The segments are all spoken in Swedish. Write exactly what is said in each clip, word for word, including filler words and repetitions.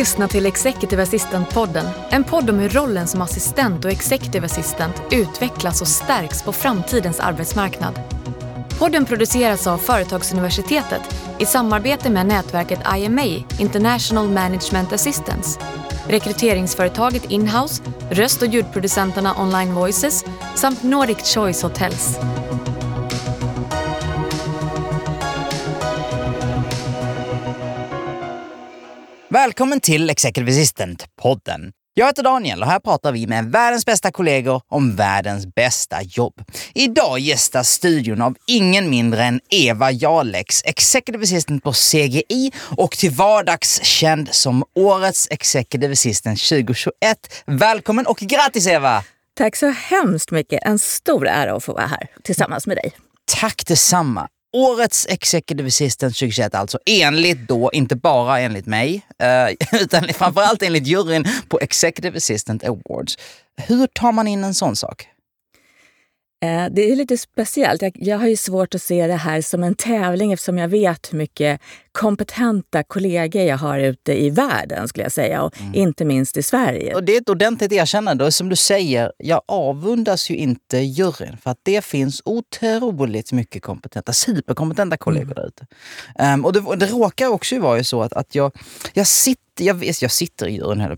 lyssnar till Executive Assistant-podden. En podd om hur rollen som assistent och executive assistant utvecklas och stärks på framtidens arbetsmarknad. Podden produceras av Företagsuniversitetet i samarbete med nätverket I M A, International Management Assistance, rekryteringsföretaget Inhouse, röst- och ljudproducenterna Online Voices samt Nordic Choice Hotels. Välkommen till Executive Assistant-podden. Jag heter Daniel och här pratar vi med världens bästa kollegor om världens bästa jobb. Idag gästas studion av ingen mindre än Eva Jarlex, Executive Assistant på C G I och till vardags känd som årets Executive Assistant tjugohundratjugoett. Välkommen och grattis Eva! Tack så hemskt mycket. En stor ära att få vara här tillsammans med dig. Tack detsamma. Årets Executive Assistant tjugohundratjugoett alltså, enligt då, inte bara enligt mig, eh, utan framförallt enligt juryn på Executive Assistant Awards. Hur tar man in en sån sak? Eh, det är lite speciellt. Jag, jag har ju svårt att se det här som en tävling eftersom jag vet hur mycket kompetenta kollegor jag har ute i världen skulle jag säga och mm. inte minst i Sverige. Och det är ett ordentligt erkännande och som du säger, jag avundas ju inte juryn för att det finns otroligt mycket kompetenta, superkompetenta kollegor mm. där ute. Um, och, det, och det råkar också ju vara ju så att, att jag, jag sitter, jag, jag sitter i juryn här,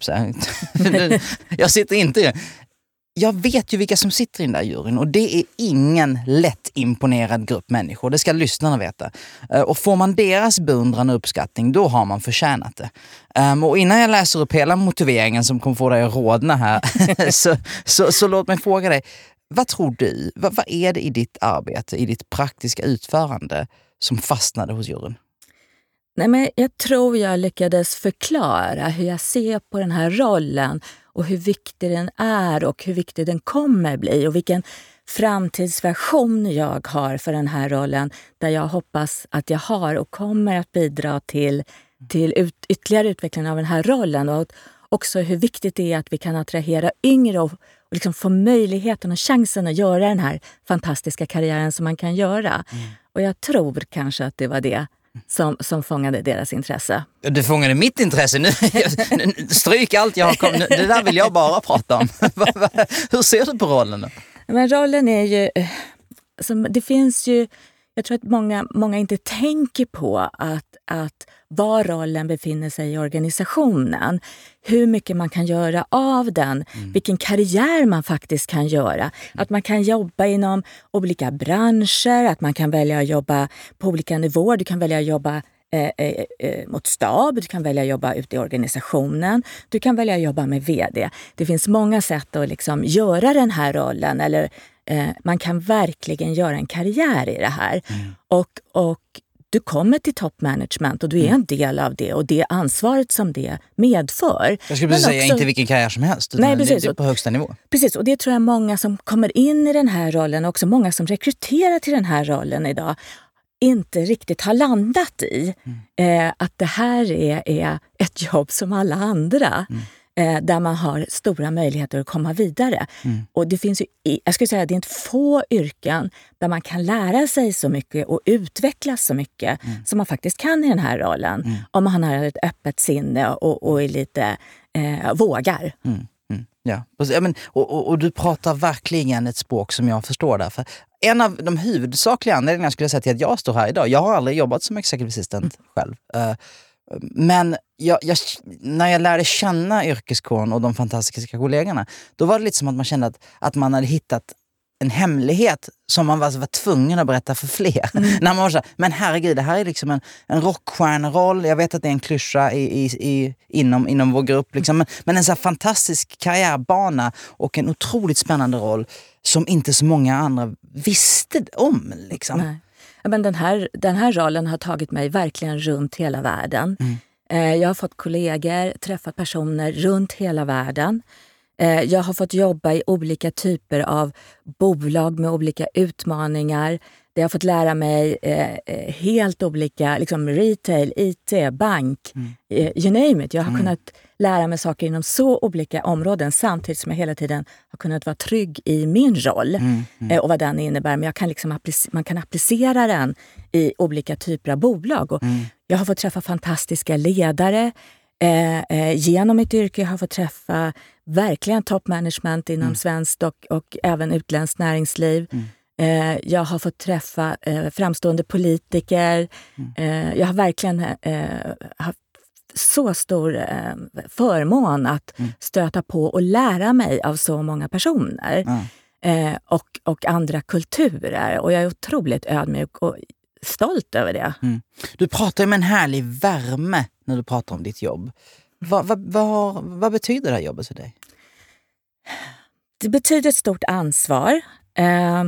jag, jag sitter inte i Jag vet ju vilka som sitter i den där juryn och det är ingen lätt imponerad grupp människor. Det ska lyssnarna veta. Och får man deras beundran och uppskattning, då har man förtjänat det. Um, och innan jag läser upp hela motiveringen som kommer få dig att rådna här så, så, så låt mig fråga dig. Vad tror du? Vad, vad är det i ditt arbete, i ditt praktiska utförande som fastnade hos juryn? Nej, men jag tror jag lyckades förklara hur jag ser på den här rollen och hur viktig den är och hur viktig den kommer bli och vilken framtidsversion jag har för den här rollen där jag hoppas att jag har och kommer att bidra till, till ut, ytterligare utveckling av den här rollen och också hur viktigt det är att vi kan attrahera yngre och, och liksom få möjligheten och chansen att göra den här fantastiska karriären som man kan göra. Mm. Och jag tror kanske att det var det Som, som fångade deras intresse. Du fångade mitt intresse nu. Stryk allt jag har kommit. Det där vill jag bara prata om. Hur ser du på rollen då? Men rollen är ju... Alltså, det finns ju... Jag tror att många, många inte tänker på att, att var rollen befinner sig i organisationen. Hur mycket man kan göra av den. Mm. Vilken karriär man faktiskt kan göra. Mm. Att man kan jobba inom olika branscher. Att man kan välja att jobba på olika nivåer. Du kan välja att jobba eh, eh, mot stab. Du kan välja att jobba ute i organisationen. Du kan välja att jobba med vd. Det finns många sätt att liksom göra den här rollen. Eller eh, man kan verkligen göra en karriär i det här. Mm. Och... och du kommer till toppmanagement och du är en del av det och det ansvaret som det medför. Jag skulle precis säga också, inte vilken karriär som helst utan nej, precis, det är på högsta nivå. Precis, och det tror jag många som kommer in i den här rollen och också många som rekryterar till den här rollen idag inte riktigt har landat i. Mm. Eh, att det här är, är ett jobb som alla andra. Mm. Eh, där man har stora möjligheter att komma vidare. Mm. Och det finns ju, jag skulle säga, det är inte få yrken där man kan lära sig så mycket och utvecklas så mycket mm. som man faktiskt kan i den här rollen. Mm. Om man har ett öppet sinne och, och är lite eh, vågar. Mm. Mm. Ja, men, och, och, och du pratar verkligen ett språk som jag förstår därför. En av de huvudsakliga anledningarna skulle jag säga till att jag står här idag. Jag har aldrig jobbat som executive assistant mm. själv. Uh, Men jag, jag, när jag lärde känna yrkeskåren och de fantastiska kollegorna, då var det lite som att man kände att, att man hade hittat en hemlighet som man var, var tvungen att berätta för fler. Mm. När man var så, men herregud, det här är liksom en, en rockstjärneroll. Jag vet att det är en klyscha i, i, i, inom, inom vår grupp. Liksom. Men, men en så här fantastisk karriärbana och en otroligt spännande roll som inte så många andra visste om. Liksom. Nej. Men den här, den här rollen har tagit mig verkligen runt hela världen. Mm. Jag har fått kollegor, träffat personer runt hela världen. Jag har fått jobba i olika typer av bolag med olika utmaningar. Jag har fått lära mig eh, helt olika, liksom retail, I T, bank, mm. eh, you name it. Jag har mm. kunnat lära mig saker inom så olika områden samtidigt som jag hela tiden har kunnat vara trygg i min roll mm. Mm. Eh, och vad den innebär. Men jag kan liksom applic- man kan applicera den i olika typer av bolag. Och mm. jag har fått träffa fantastiska ledare. Eh, eh, genom mitt yrke har jag fått träffa verkligen toppmanagement inom mm. svenskt och, och även utländskt näringsliv. Mm. Eh, jag har fått träffa eh, framstående politiker. Mm. Eh, jag har verkligen eh, haft så stor eh, förmån att mm. stöta på och lära mig av så många personer. Mm. Eh, och, och andra kulturer. Och jag är otroligt ödmjuk och stolt över det. Mm. Du pratar med en härlig värme när du pratar om ditt jobb. Vad, vad, vad, vad betyder det här jobbet för dig? Det betyder ett stort ansvar. Eh,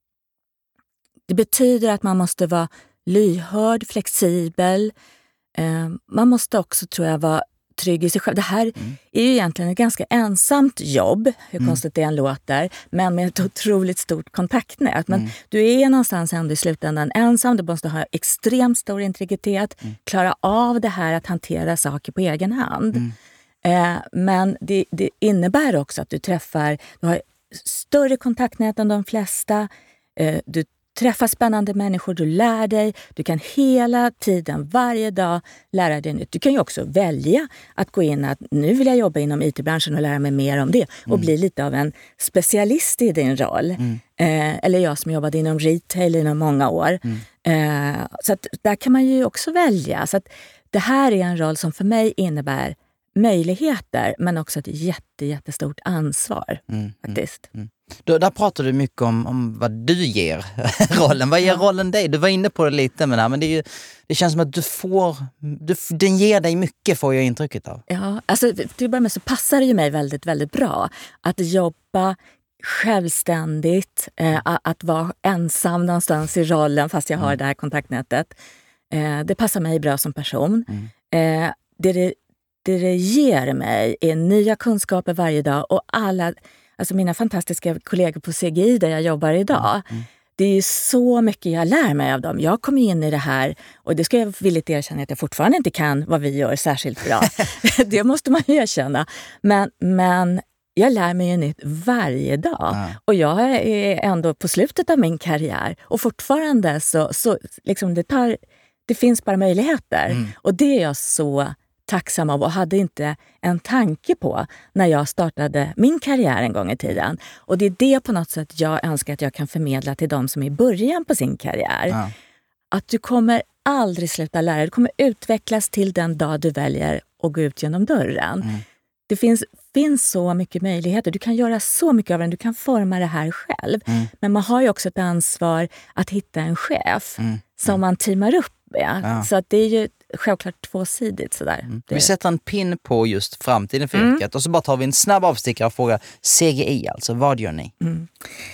det betyder att man måste vara lyhörd, flexibel. Eh, man måste också, tror jag, vara trygg i sig själv. Det här mm. är ju egentligen ett ganska ensamt jobb, hur mm. konstigt det än låter, men med ett otroligt stort kontaktnät. Men mm. du är någonstans ändå i slutändan ensam, du måste ha extremt stor integritet, mm. klara av det här att hantera saker på egen hand. Mm. Eh, men det, det innebär också att du träffar, du har större kontaktnät än de flesta, eh, du träffa spännande människor, du lär dig. Du kan hela tiden, varje dag lära dig nytt. Du kan ju också välja att gå in att nu vill jag jobba inom I T-branschen och lära mig mer om det. Och mm. bli lite av en specialist i din roll. Mm. Eh, eller jag som jobbade inom retail inom många år. Mm. Eh, så att där kan man ju också välja. Så att det här är en roll som för mig innebär möjligheter men också ett jätte, jättestort ansvar mm. faktiskt. Mm. Då, där pratar du mycket om, om vad du ger rollen. Vad ger ja. rollen dig? Du var inne på det lite, men, men det, är ju, det känns som att du får, du, den ger dig mycket, får jag intrycket av. Ja, alltså till att börja med så passar det ju mig väldigt, väldigt bra att jobba självständigt, eh, att vara ensam någonstans i rollen fast jag har mm. det här kontaktnätet. Eh, det passar mig bra som person. Mm. Eh, det, det, det det ger mig är nya kunskaper varje dag och alla... Alltså mina fantastiska kollegor på C G I där jag jobbar idag. Mm. Det är ju så mycket jag lär mig av dem. Jag kommer in i det här och det ska jag villigt erkänna att jag fortfarande inte kan vad vi gör särskilt bra. Det måste man ju erkänna. Men, men jag lär mig ju nytt varje dag. Mm. Och jag är ändå på slutet av min karriär. Och fortfarande så, så liksom det, tar, det finns bara möjligheter. Mm. Och det är jag så tacksam av och hade inte en tanke på när jag startade min karriär en gång i tiden. Och det är det på något sätt jag önskar att jag kan förmedla till de som är i början på sin karriär. Ja. Att du kommer aldrig sluta lära dig. Du kommer utvecklas till den dag du väljer att gå ut genom dörren. Mm. Det finns, finns så mycket möjligheter. Du kan göra så mycket av det. Du kan forma det här själv. Mm. Men man har ju också ett ansvar att hitta en chef mm. som man teamar upp med. Ja. Så att det är ju självklart tvåsidigt sådär. Mm. Vi sätter en pin på just framtiden för yrket mm. och så bara tar vi en snabb avstickare och frågar C G I alltså, vad gör ni? Mm.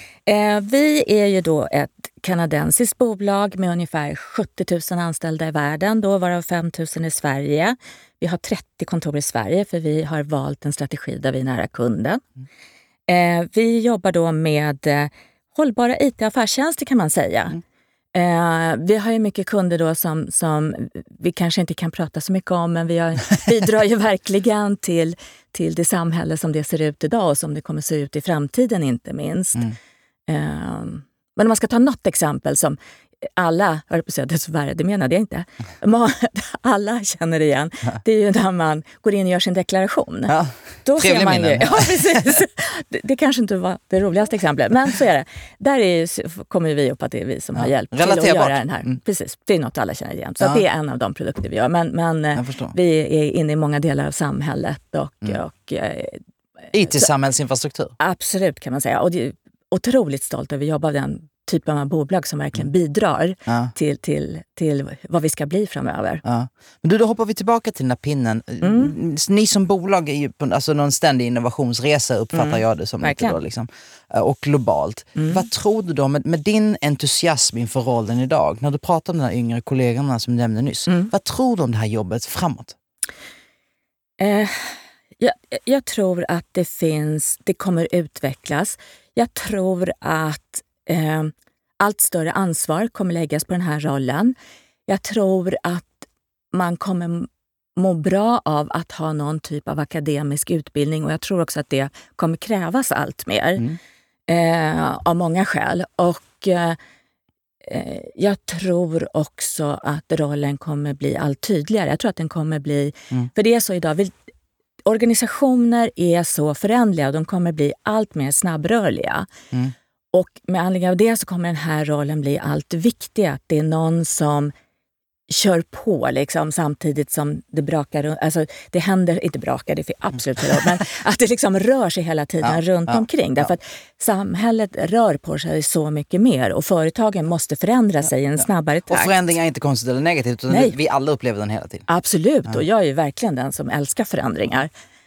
Eh, vi är ju då ett kanadensiskt bolag med ungefär sjuttio tusen anställda i världen, då varav fem tusen i Sverige. Vi har trettio kontor i Sverige för vi har valt en strategi där vi är nära kunden. Mm. Eh, vi jobbar då med eh, hållbara I T-affärstjänster kan man säga. Mm. Eh, vi har ju mycket kunder då som, som vi kanske inte kan prata så mycket om, men vi har, bidrar ju verkligen till, till det samhälle som det ser ut idag och som det kommer se ut i framtiden inte minst. Mm. Eh, men om man ska ta något exempel som alla, jag höll på att säga dessvärre, det menade jag inte. Alla känner det igen. Det är ju när man går in och gör sin deklaration. Ja, då ser man ju, ja, precis. Det, det kanske inte var det roligaste exemplet, men så är det. Där är, kommer vi upp att det är vi som ja. har hjälpt till att göra den här. Mm. Precis, det är något alla känner igen. Så ja. det är en av de produkter vi gör. Men, men vi är inne i många delar av samhället och, mm. och I T-samhällsinfrastruktur. Absolut kan man säga. Och det är otroligt stolt över att jobba av den typen av bolag som verkligen mm. bidrar ja. till, till, till vad vi ska bli framöver. Ja. Men du, då hoppar vi tillbaka till den här pinnen. Mm. Ni som bolag är ju på alltså någon ständig innovationsresa, uppfattar mm. jag det som. Inte då, liksom, och globalt. Mm. Vad tror du då med, med din entusiasm inför rollen idag, när du pratar om de här yngre kollegorna som du nämnde nyss, mm. vad tror du om det här jobbet framåt? Eh, jag, jag tror att det finns, det kommer utvecklas. Jag tror att Eh, allt större ansvar kommer läggas på den här rollen. Jag tror att man kommer må bra av att ha någon typ av akademisk utbildning och jag tror också att det kommer krävas allt mer mm. eh, av många skäl. Och eh, eh, jag tror också att rollen kommer bli allt tydligare. Jag tror att den kommer bli, mm. för det är så idag, vi, organisationer är så förändliga och de kommer bli allt mer snabbrörliga. Mm. Och med anledning av det så kommer den här rollen bli allt viktigare. Att det är någon som kör på liksom, samtidigt som det brakar. Alltså det händer, inte brakar, det är absolut fel, men att det liksom rör sig hela tiden ja, runt ja, omkring. Därför ja. att samhället rör på sig så mycket mer och företagen måste förändra sig i en ja. snabbare takt. Och förändring är inte konstigt eller negativt, utan Nej. vi alla upplever den hela tiden. Absolut, ja. och jag är ju verkligen den som älskar förändringar.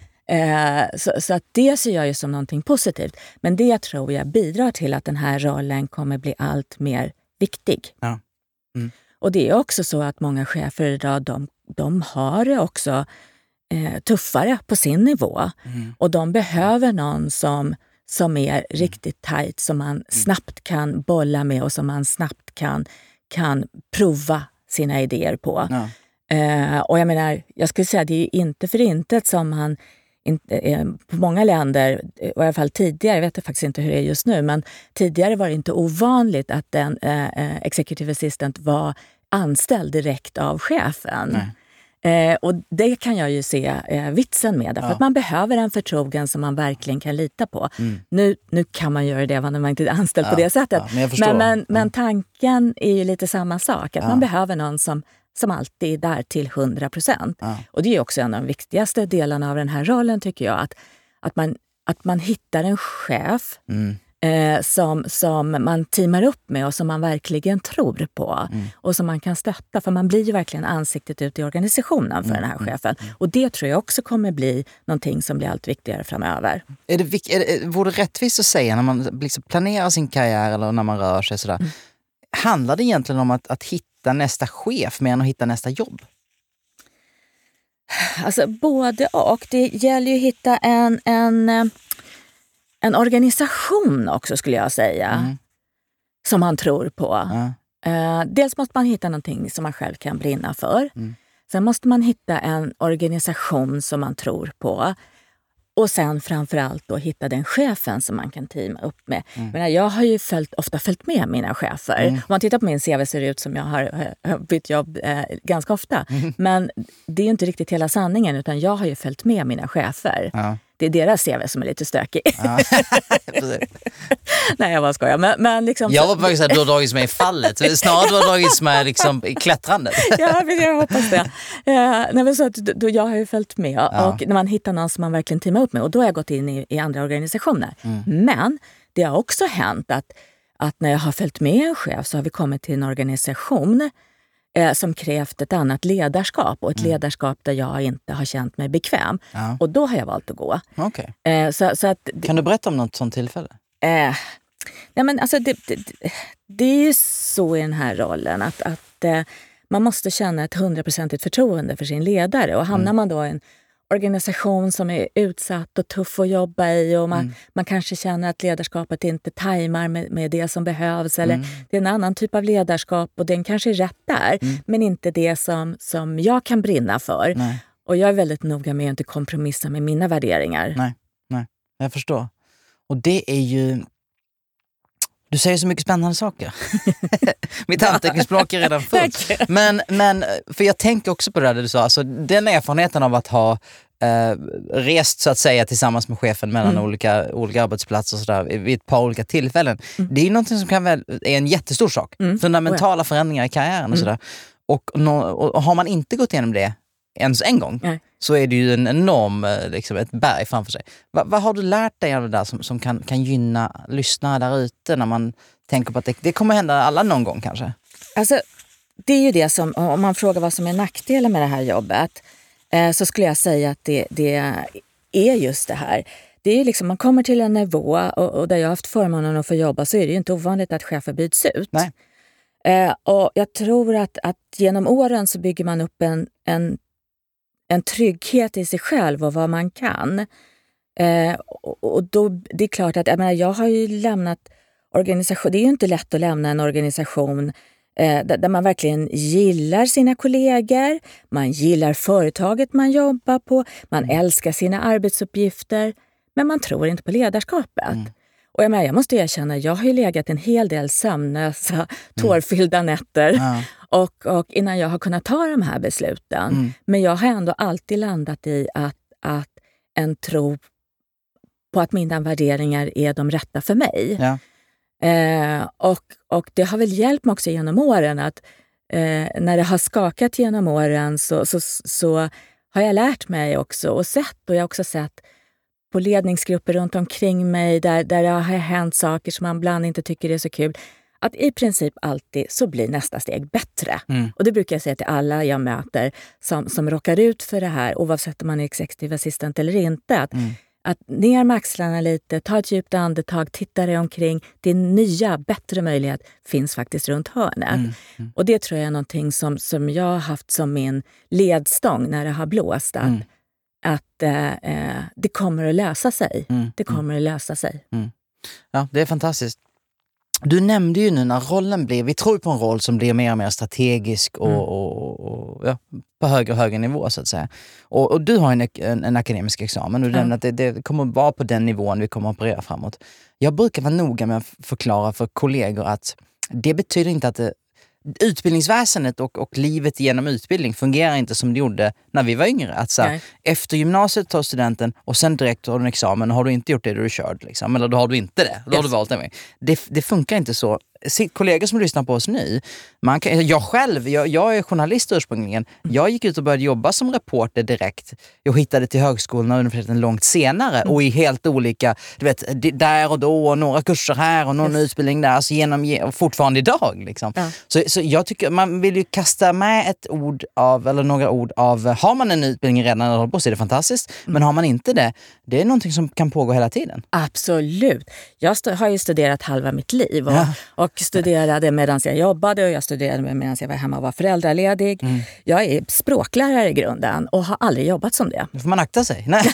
Eh, så, så att det ser jag ju som någonting positivt. Men det tror jag bidrar till att den här rollen kommer bli allt mer viktig. Ja. Mm. Och det är också så att många chefer idag, de, de har det också eh, tuffare på sin nivå. Mm. Och de behöver någon som, som är mm. riktigt tajt, som man mm. snabbt kan bolla med och som man snabbt kan, kan prova sina idéer på. Ja. Eh, och jag menar, jag skulle säga att det är inte för intet som man inte, eh, på många länder, i alla fall tidigare, jag vet faktiskt inte hur det är just nu, men tidigare var det inte ovanligt att en eh, executive assistant var anställd direkt av chefen. Eh, och det kan jag ju se eh, vitsen med, för ja. att man behöver en förtrogen som man verkligen kan lita på. Mm. Nu, nu kan man göra det när man inte är anställd ja. på det sättet. Ja, men, men, men, ja. men tanken är ju lite samma sak, att ja. man behöver någon som som alltid är där till hundra procent. Ja. Och det är också en av de viktigaste delarna av den här rollen, tycker jag. Att, att, man, att man hittar en chef mm. eh, som, som man teamar upp med och som man verkligen tror på. Mm. Och som man kan stötta. För man blir ju verkligen ansiktet ut i organisationen för mm. den här chefen. Mm. Och det tror jag också kommer bli någonting som blir allt viktigare framöver. Är det, är det, vore det rättvist att säga när man liksom planerar sin karriär eller när man rör sig sådär. Mm. Handlar det egentligen om att, att hitta nästa chef mer än att hitta nästa jobb? Alltså både och. Det gäller ju att hitta en, en, en organisation också, skulle jag säga. Mm. Som man tror på. Ja. Uh, dels måste man hitta någonting som man själv kan brinna för. Mm. Sen måste man hitta en organisation som man tror på. Och sen framförallt då hitta den chefen som man kan teama upp med. Mm. Men jag har ju följt, ofta följt med mina chefer. Mm. Om man tittar på min C V ser det ut som jag har, har bytt jobb eh, ganska ofta. Mm. Men det är ju inte riktigt hela sanningen, utan jag har ju följt med mina chefer. Ja. Det är deras C V som är lite stökig. Ja. Nej, jag bara skojar. Men, men liksom, jag var på väg att du har dragits med i fallet. Snarare du har dragits med liksom, klättrandet. Ja, men jag hoppas det. Uh, nej, så att, då, jag har ju följt med. Ja. Och när man hittar någon som man verkligen teamar upp med. Och då har jag gått in i, i andra organisationer. Mm. Men det har också hänt att, att när jag har följt med en chef så har vi kommit till en organisation eh, som krävt ett annat ledarskap. Och ett mm. ledarskap där jag inte har känt mig bekväm. Ja. Och då har jag valt att gå. Okay. Eh, så, så att, kan du berätta om något sånt tillfälle? Eh, nej men alltså det, det, det är ju så i den här rollen att, att eh, man måste känna ett hundraprocentigt förtroende för sin ledare. Och hamnar mm. man då i en organisation som är utsatt och tuff att jobba i och man, mm. man kanske känner att ledarskapet inte tajmar med, med det som behövs, eller mm. det är en annan typ av ledarskap och den kanske är rätt där, mm. men inte det som, som jag kan brinna för. Nej. Och jag är väldigt noga med att inte kompromissa med mina värderingar. Nej, nej, jag förstår. Och det är ju... Du säger så mycket spännande saker. Mitt anteckningsblock är redan fullt. Men, men, för jag tänker också på det där du sa. Alltså, den erfarenheten av att ha eh, rest så att säga tillsammans med chefen mellan mm. olika, olika arbetsplatser och sådär, vid ett par olika tillfällen. Mm. Det är ju någonting som kan väl, är en jättestor sak. Mm. Fundamentala oh ja. förändringar i karriären och sådär. Och, och, och har man inte gått igenom det ens en gång, nej. så är det ju en enorm, liksom, ett berg framför sig. Va, vad har du lärt dig av det där som, som kan, kan gynna lyssnare där ute när man tänker på att det, det kommer hända alla någon gång kanske? Alltså, det är ju det som, om man frågar vad som är nackdelen med det här jobbet, eh, så skulle jag säga att det, det är just det här. Det är liksom, man kommer till en nivå och, och där jag har haft förmånen att få jobba, så är det ju inte ovanligt att chefer byts ut. Nej. Eh, och jag tror att, att genom åren så bygger man upp en, en en trygghet i sig själv och vad man kan. Eh, och, och då, det är klart att jag, menar, jag har ju lämnat organisation. Det är ju inte lätt att lämna en organisation eh, där, där man verkligen gillar sina kollegor, man gillar företaget man jobbar på, man älskar sina arbetsuppgifter, men man tror inte på ledarskapet. Mm. Och jag, med, jag måste erkänna, jag har ju legat en hel del sömnlösa, tårfyllda nätter Ja. och, och innan jag har kunnat ta de här besluten. Mm. Men jag har ändå alltid landat i att, att en tro på att mina värderingar är de rätta för mig. Ja. Eh, och, och det har väl hjälpt mig också genom åren att eh, när det har skakat genom åren så, så, så har jag lärt mig också och sett, och jag har också sett på ledningsgrupper runt omkring mig där, där det har hänt saker som man ibland inte tycker är så kul, att i princip alltid så blir nästa steg bättre. Mm. Och det brukar jag säga till alla jag möter som, som råkar ut för det här, oavsett om man är executive assistant eller inte. Att, Mm. att ner med axlarna lite, ta ett djupt andetag, titta dig omkring. Din nya, bättre möjlighet finns faktiskt runt hörnet. Mm. Mm. Och det tror jag är någonting som, som jag har haft som min ledstång när det har blåst. Att, Mm. att eh, det kommer att lösa sig. Mm. Det kommer att lösa sig. Ja, det är fantastiskt. Du nämnde ju nu när rollen blir, vi tror på en roll som blir mer och mer strategisk och, Mm. och, och ja, på högre och högre nivå så att säga. Och, och du har en, en, en akademisk examen och du Ja. nämnde att det, det kommer att vara på den nivån vi kommer att operera framåt. Jag brukar vara noga med att förklara för kollegor att det betyder inte att det, utbildningsväsendet och, och livet genom utbildning fungerar inte som det gjorde när vi var yngre. Att så här, Nej. efter gymnasiet tar studenten och sen direkt har du en examen, och har du inte gjort det då är du körd. Liksom. Eller då har du inte det. Då Yes. har du valt en väg. Det, det funkar inte så. Kollegor som lyssnar på oss nu, man kan, jag själv, jag, jag är journalist ursprungligen. Jag gick ut och började jobba som reporter direkt. Jag hittade till högskolan och universiteten långt senare och i helt olika, du vet, där och då och några kurser här och någon Yes. utbildning där, alltså genom, och fortfarande idag. Liksom. Ja. Så, så jag tycker man vill ju kasta med ett ord av, eller några ord av, har man en utbildning redan eller håller på så är det fantastiskt, men har man inte det, det är någonting som kan pågå hela tiden. Absolut. Jag st- har ju studerat halva mitt liv och, Ja. och studerade medan jag jobbade och jag studerade medan jag var hemma och var föräldraledig. Mm. Jag är språklärare i grunden och har aldrig jobbat som det. Då får man akta sig. Nej.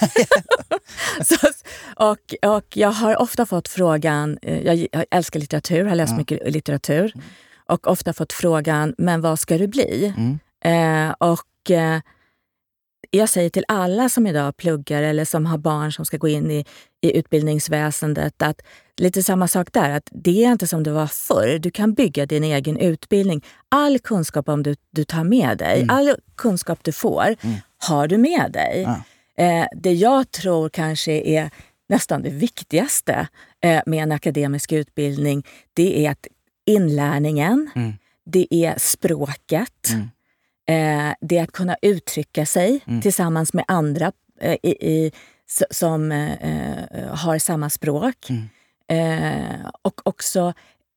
Så, och, och jag har ofta fått frågan, eh, jag, jag älskar litteratur, har läst Ja. mycket litteratur och ofta fått frågan, men vad ska du bli? Mm. Eh, och eh, jag säger till alla som idag pluggar eller som har barn som ska gå in i, i utbildningsväsendet att lite samma sak där, att det är inte som det var förr. Du kan bygga din egen utbildning. All kunskap om du, du tar med dig, Mm. all kunskap du får, Mm. har du med dig. Ja. Eh, det jag tror kanske är nästan det viktigaste eh, med en akademisk utbildning, det är att inlärningen, Mm. det är språket, Mm. Eh, det är att kunna uttrycka sig Mm. tillsammans med andra eh, i, i, s- som eh, har samma språk. Mm. Eh, och också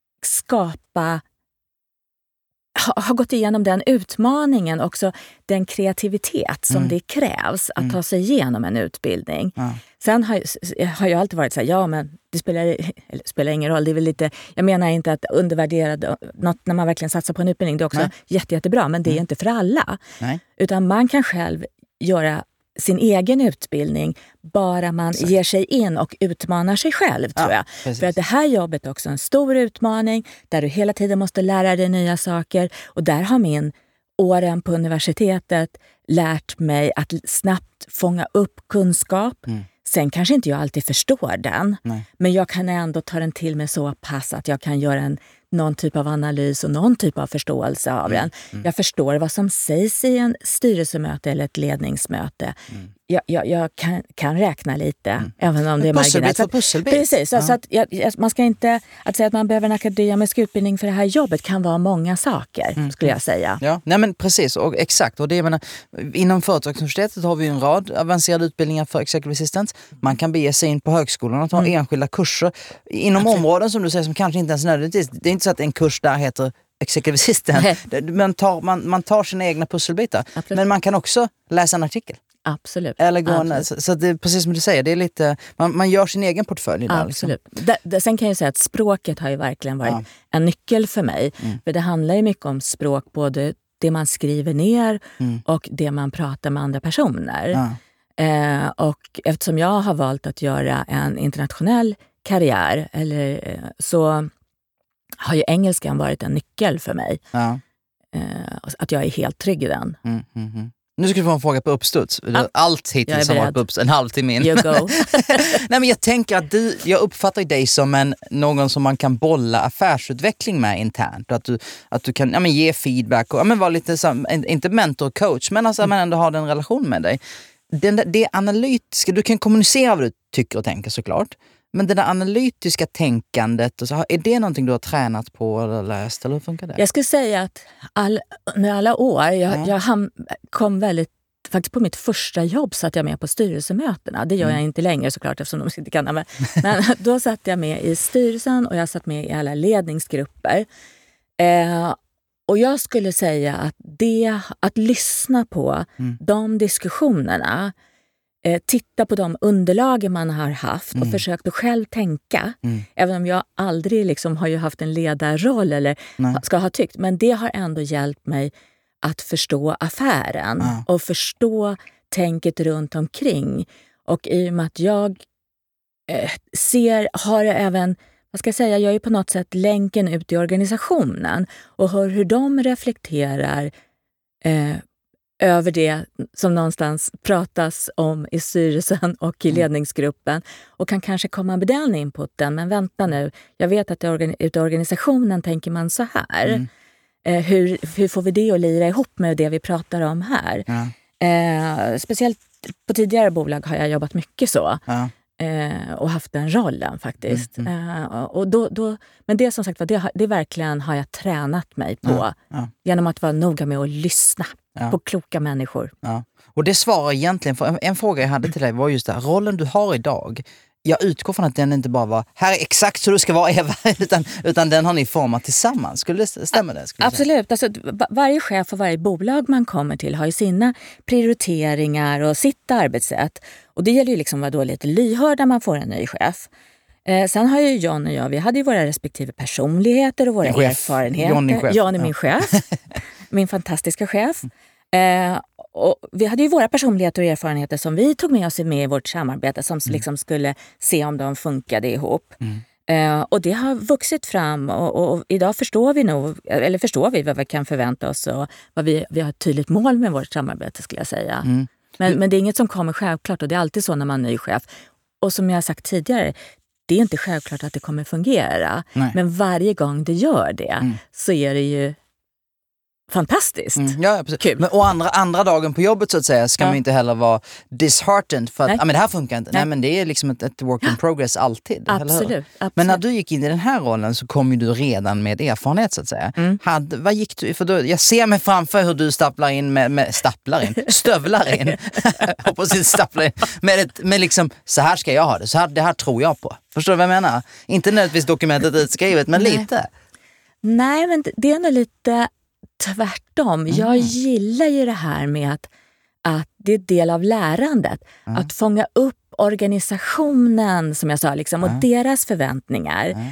skapa, ha, ha gått igenom den utmaningen, också den kreativitet som Mm. det krävs att Mm. ta sig igenom en utbildning. Ja. Sen har, har jag alltid varit så här, ja men det spelar, eller, spelar ingen roll. Det är väl lite, jag menar inte att undervärdera något när man verkligen satsar på en utbildning. Det är också Nej. jätte, jättebra, men det är Mm. inte för alla. Nej. Utan man kan själv göra sin egen utbildning bara man Exakt. ger sig in och utmanar sig själv, tror Ja, jag. precis. För att det här jobbet är också en stor utmaning där du hela tiden måste lära dig nya saker. Och där har min åren på universitetet lärt mig att snabbt fånga upp kunskap. Mm. Sen kanske inte jag alltid förstår den, Nej. men jag kan ändå ta den till mig så pass att jag kan göra en, någon typ av analys och någon typ av förståelse av den. mm. Jag förstår vad som sägs i en styrelsemöte eller ett ledningsmöte. Mm. Jag, jag, jag kan, kan räkna lite, även om det är Pusselbit marginellt. för Så att- pusselbit. Precis, så, Ja. så att jag, jag- man ska inte, att säga att man behöver en akademisk utbildning för det här jobbet kan vara många saker, Mm. skulle jag säga. Ja, nej men precis, och exakt. Och det, jag menar, inom Företagsuniversitetet har vi ju en rad avancerade utbildningar för executive assistants. Man kan bege sig in på högskolan och ta Mm. enskilda kurser inom Absolut. områden som du säger som kanske inte ens nödvändigtvis. Det är inte så att en kurs där heter executive assistant. Nej. Det- Man tar, man, man tar sina egna pusselbitar. Absolut. Men man kan också läsa en artikel. Absolut. Eller gå en, Absolut. så, så det är precis som du säger, det är lite, man, man gör sin egen portfölj där. Liksom. Absolut. Det, det, sen kan jag säga att språket har ju verkligen varit Ja. en nyckel för mig. Mm. För det handlar ju mycket om språk, både det man skriver ner Mm. och det man pratar med andra personer. Ja. Eh, och eftersom jag har valt att göra en internationell karriär eller, eh, så har ju engelskan varit en nyckel för mig. Ja. Eh, att jag är helt trygg i den. Mm, mm, mm. Nu ska du få en fråga på uppstuds. Ja. Allt hittills har varit på uppstuds. En halvtimme in. You go. Nej, men jag tänker att du, jag uppfattar dig som en, någon som man kan bolla affärsutveckling med internt. Att du, att du kan ja, men ge feedback och ja, men vara lite så, inte mentor och coach, men alltså, mm. man ändå har den relation med dig. Den, det analytiska, du kan kommunicera vad du tycker och tänker såklart. Men det där analytiska tänkandet, och så, är det någonting du har tränat på eller läst? Eller hur funkar det? Jag skulle säga att all, med alla år, jag, ja. jag ham, kom väldigt, faktiskt på mitt första jobb satt jag med på styrelsemötena. Det gör mm. jag inte längre såklart eftersom de inte kan. Men, men då satt jag med i styrelsen och jag satt med i alla ledningsgrupper. Eh, och jag skulle säga att det, att lyssna på mm. de diskussionerna, Eh, titta på de underlagen man har haft och mm. försökt att själv tänka. Mm. Även om jag aldrig liksom har ju haft en ledarroll eller Nej. ska ha tyckt. Men det har ändå hjälpt mig att förstå affären ah. och förstå tänket runt omkring. Och i och med att jag eh, ser, har även, vad ska jag säga, jag är på något sätt länken ut i organisationen och hör hur de reflekterar eh, över det som någonstans pratas om i styrelsen och i ledningsgruppen och kan kanske komma med den inputen. Men vänta nu, jag vet att ute i organisationen tänker man så här. Mm. Eh, hur, hur får vi det att lira ihop med det vi pratar om här? Ja. Eh, speciellt på tidigare bolag har jag jobbat mycket så. Ja. Eh, och haft den rollen faktiskt. Mm, mm. Eh, och då, då, men det som sagt var, det, det verkligen har jag tränat mig på. Ja, ja. Genom att vara noga med att lyssna ja. på kloka människor. Ja. Och det svarar egentligen, för en, en fråga jag hade till dig var just det här, rollen du har idag. Jag utgår från att den inte bara var, här är exakt så du ska vara Eva, utan, utan den har ni format tillsammans. Skulle det stämma det? Skulle Absolut. Alltså, varje chef och varje bolag man kommer till har ju sina prioriteringar och sitt arbetssätt. Och det gäller ju liksom att vara lite lyhörd när man får en ny chef. Eh, sen har ju John och jag, vi hade ju våra respektive personligheter och våra chef. erfarenheter. John är, chef. John är min ja. chef, min fantastiska chef. Eh, och vi hade ju våra personligheter och erfarenheter som vi tog med oss med i vårt samarbete som mm. liksom skulle se om de funkade ihop. Mm. Eh, och det har vuxit fram och, och, och idag förstår vi nog, eller förstår vi vad vi kan förvänta oss och vad vi, vi har ett tydligt mål med vårt samarbete skulle jag säga. Mm. Men, men det är inget som kommer självklart och det är alltid så när man är ny chef. Och som jag har sagt tidigare, det är inte självklart att det kommer fungera. Nej. Men varje gång det gör det mm. så är det ju fantastiskt. Mm, ja, precis. Kul. Men, och andra, andra dagen på jobbet så att säga ska ja. man inte heller vara disheartened för att ah, men det här funkar inte. Nej. Nej, men det är liksom ett, ett work in progress alltid. Absolut, absolut. Men när du gick in i den här rollen så kom ju du redan med erfarenhet så att säga. Mm. Hade, vad gick du för då? Jag ser mig framför hur du stapplar in med, med stapplar in, stövlar in. Hoppas stapplar in. Med, ett, med liksom, så här ska jag ha det. Så här, det här tror jag på. Förstår du vad jag menar? Inte nödvändigtvis dokumentet utskrivet, men Nej. lite. Nej, men det är nog lite tvärtom. Mm. Jag gillar ju det här med att, att det är del av lärandet. Mm. Att fånga upp organisationen, som jag sa, liksom, mm. och deras förväntningar. Mm.